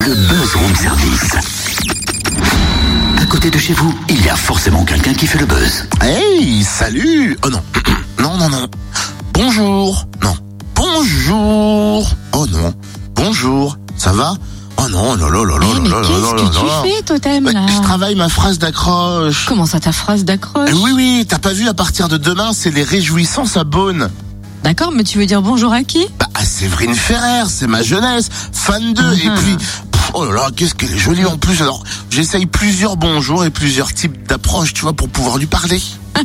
le Buzz Room Service. À côté de chez vous, il y a forcément quelqu'un qui fait le buzz. Hey, salut. Oh non. Non. Bonjour. Non. Bonjour. Oh non. Bonjour. Ça va? Oh non, Mais qu'est-ce que tu fais, Totem, là? Je travaille ma phrase d'accroche. Comment ça, ta phrase d'accroche? Oui, t'as pas vu, à partir de demain, c'est les réjouissances à Beaune. D'accord, mais tu veux dire bonjour à qui? À Séverine Ferrer, c'est ma jeunesse, fan d'eux. Et puis, oh là là, qu'est-ce qu'elle est jolie en plus. Alors, j'essaye plusieurs bonjours et plusieurs types d'approches, tu vois, pour pouvoir lui parler.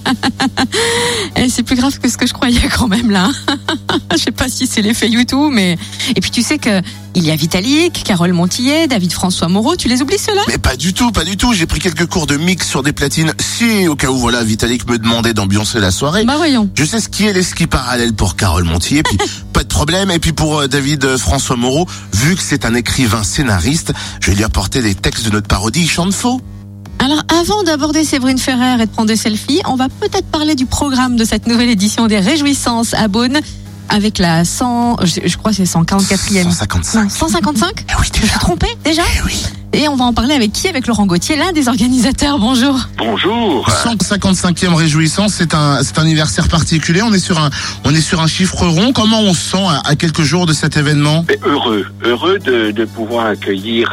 C'est plus grave que ce que je croyais quand même, là. Je sais pas si c'est l'effet YouTube, mais... Et puis tu sais que il y a Vitalik, Carole Montillet, David François Moreau, tu les oublies ceux-là? Mais pas du tout. J'ai pris quelques cours de mix sur des platines, si au cas où, voilà, Vitalik me demandait d'ambiancer la soirée. Bah voyons. Je sais skier les skis parallèles pour Carole Montillet, puis pas de problème. Et puis pour David François Moreau, vu que c'est un écrivain scénariste, je vais lui apporter des textes de notre parodie, il chante faux. Alors, avant d'aborder Séverine Ferrer et de prendre des selfies, on va peut-être parler du programme de cette nouvelle édition des Réjouissances à Beaune, avec la 100, je crois que c'est 144e. 155. Non, 155? Eh oui, déjà. Je me suis trompée, déjà? Eh oui. Et on va en parler avec qui? Avec Laurent Gauthier, l'un des organisateurs. Bonjour. Bonjour. 155e réjouissance, c'est un anniversaire particulier. On est sur un chiffre rond. Comment on se sent à quelques jours de cet événement? Heureux de pouvoir accueillir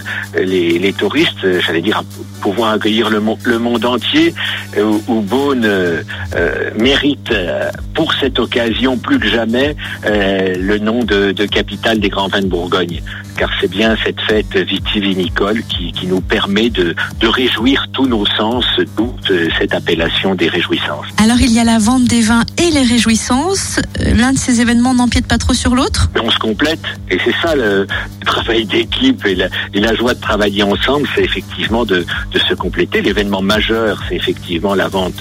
les touristes, j'allais dire pouvoir accueillir le monde entier, où Beaune mérite pour cette occasion plus que jamais le nom de capitale des grands vins de Bourgogne, car c'est bien cette fête vitivinicole qui nous permet de réjouir tous nos sens, d'où cette appellation des réjouissances. Alors il y a la vente des vins et les réjouissances. L'un de ces événements n'empiète pas trop sur l'autre? On se complète, et c'est ça le travail d'équipe et la joie de travailler ensemble, c'est effectivement de se compléter. L'événement majeur, c'est effectivement la vente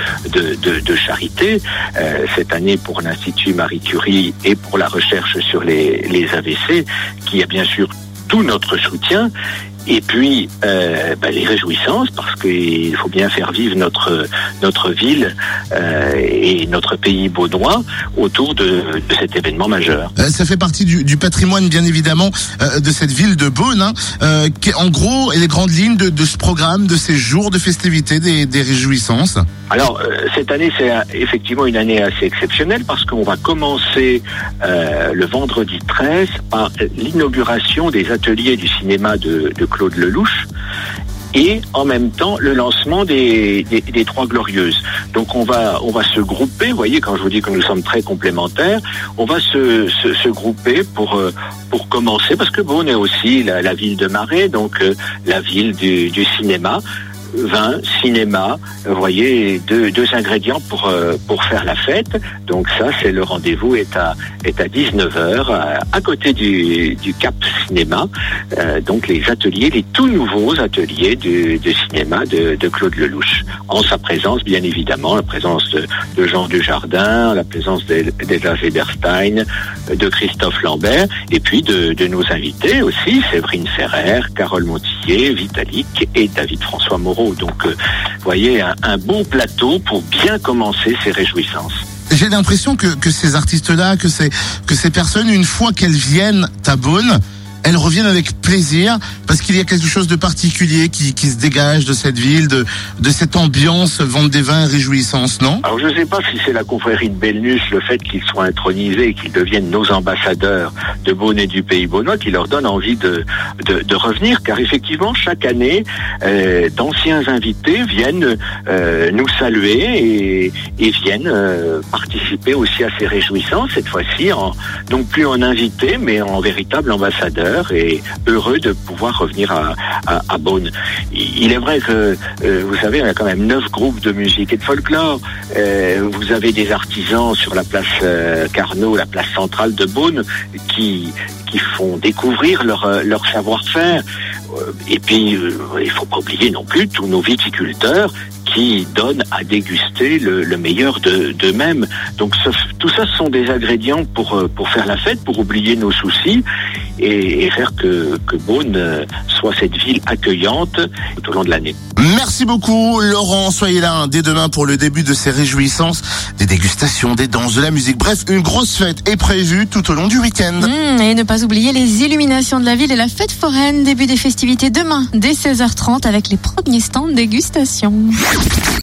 de charité, cette année pour l'Institut Marie Curie et pour la recherche sur les AVC, qui a bien sûr tout notre soutien. Et puis les réjouissances, parce qu'il faut bien faire vivre notre ville et notre pays beaunois autour de cet événement majeur. Ça fait partie du patrimoine, bien évidemment, de cette ville de Beaune. En gros, et les grandes lignes de ce programme, de ces jours de festivités des réjouissances. Alors, cette année, c'est effectivement une année assez exceptionnelle, parce qu'on va commencer le vendredi 13 par l'inauguration des ateliers du cinéma de Claude Lelouch, et en même temps le lancement des Trois Glorieuses. Donc on va se grouper, vous voyez, quand je vous dis que nous sommes très complémentaires, on va se grouper pour commencer, parce que Beaune est aussi la ville de Marais, donc la ville du cinéma. Vin, cinéma, vous voyez, deux ingrédients pour faire la fête. Donc ça, c'est le rendez-vous est à 19h à côté du Cap Cinéma. Donc les tout nouveaux ateliers du cinéma de Claude Lelouch. En sa présence, bien évidemment, la présence de Jean Dujardin, la présence d'Ella Zederstein, de Christophe Lambert, et puis de nos invités aussi, Séverine Ferrer, Carole Montillet, Vitalik et David François Moreau. Donc, vous voyez, un bon plateau pour bien commencer ces réjouissances. J'ai l'impression que ces artistes-là, que ces personnes, une fois qu'elles viennent à Beaune, elles reviennent avec plaisir, parce qu'il y a quelque chose de particulier qui se dégage de cette ville, de cette ambiance vente des vins et réjouissances, non? Alors je ne sais pas si c'est la confrérie de Belnus, le fait qu'ils soient intronisés et qu'ils deviennent nos ambassadeurs de Beaune et du pays beaunois, qui leur donne envie de revenir, car effectivement chaque année d'anciens invités viennent nous saluer et viennent participer aussi à ces réjouissances, cette fois-ci non plus en invité mais en véritable ambassadeur, et heureux de pouvoir revenir à Beaune. Il est vrai que, vous savez, on a quand même 9 groupes de musique et de folklore. Vous avez des artisans sur la place Carnot, la place centrale de Beaune, qui font découvrir leur savoir-faire. Et puis, il faut pas oublier non plus tous nos viticulteurs qui donnent à déguster le meilleur d'eux-mêmes. Donc tout ça, ce sont des ingrédients pour faire la fête, pour oublier nos soucis et faire que Beaune soit cette ville accueillante tout au long de l'année. Merci beaucoup Laurent, soyez là dès demain pour le début de ces réjouissances, des dégustations, des danses, de la musique, bref, une grosse fête est prévue tout au long du week-end. Et ne pas pas oublier les illuminations de la ville et la fête foraine. Début des festivités demain, dès 16h30, avec les premiers stands dégustation.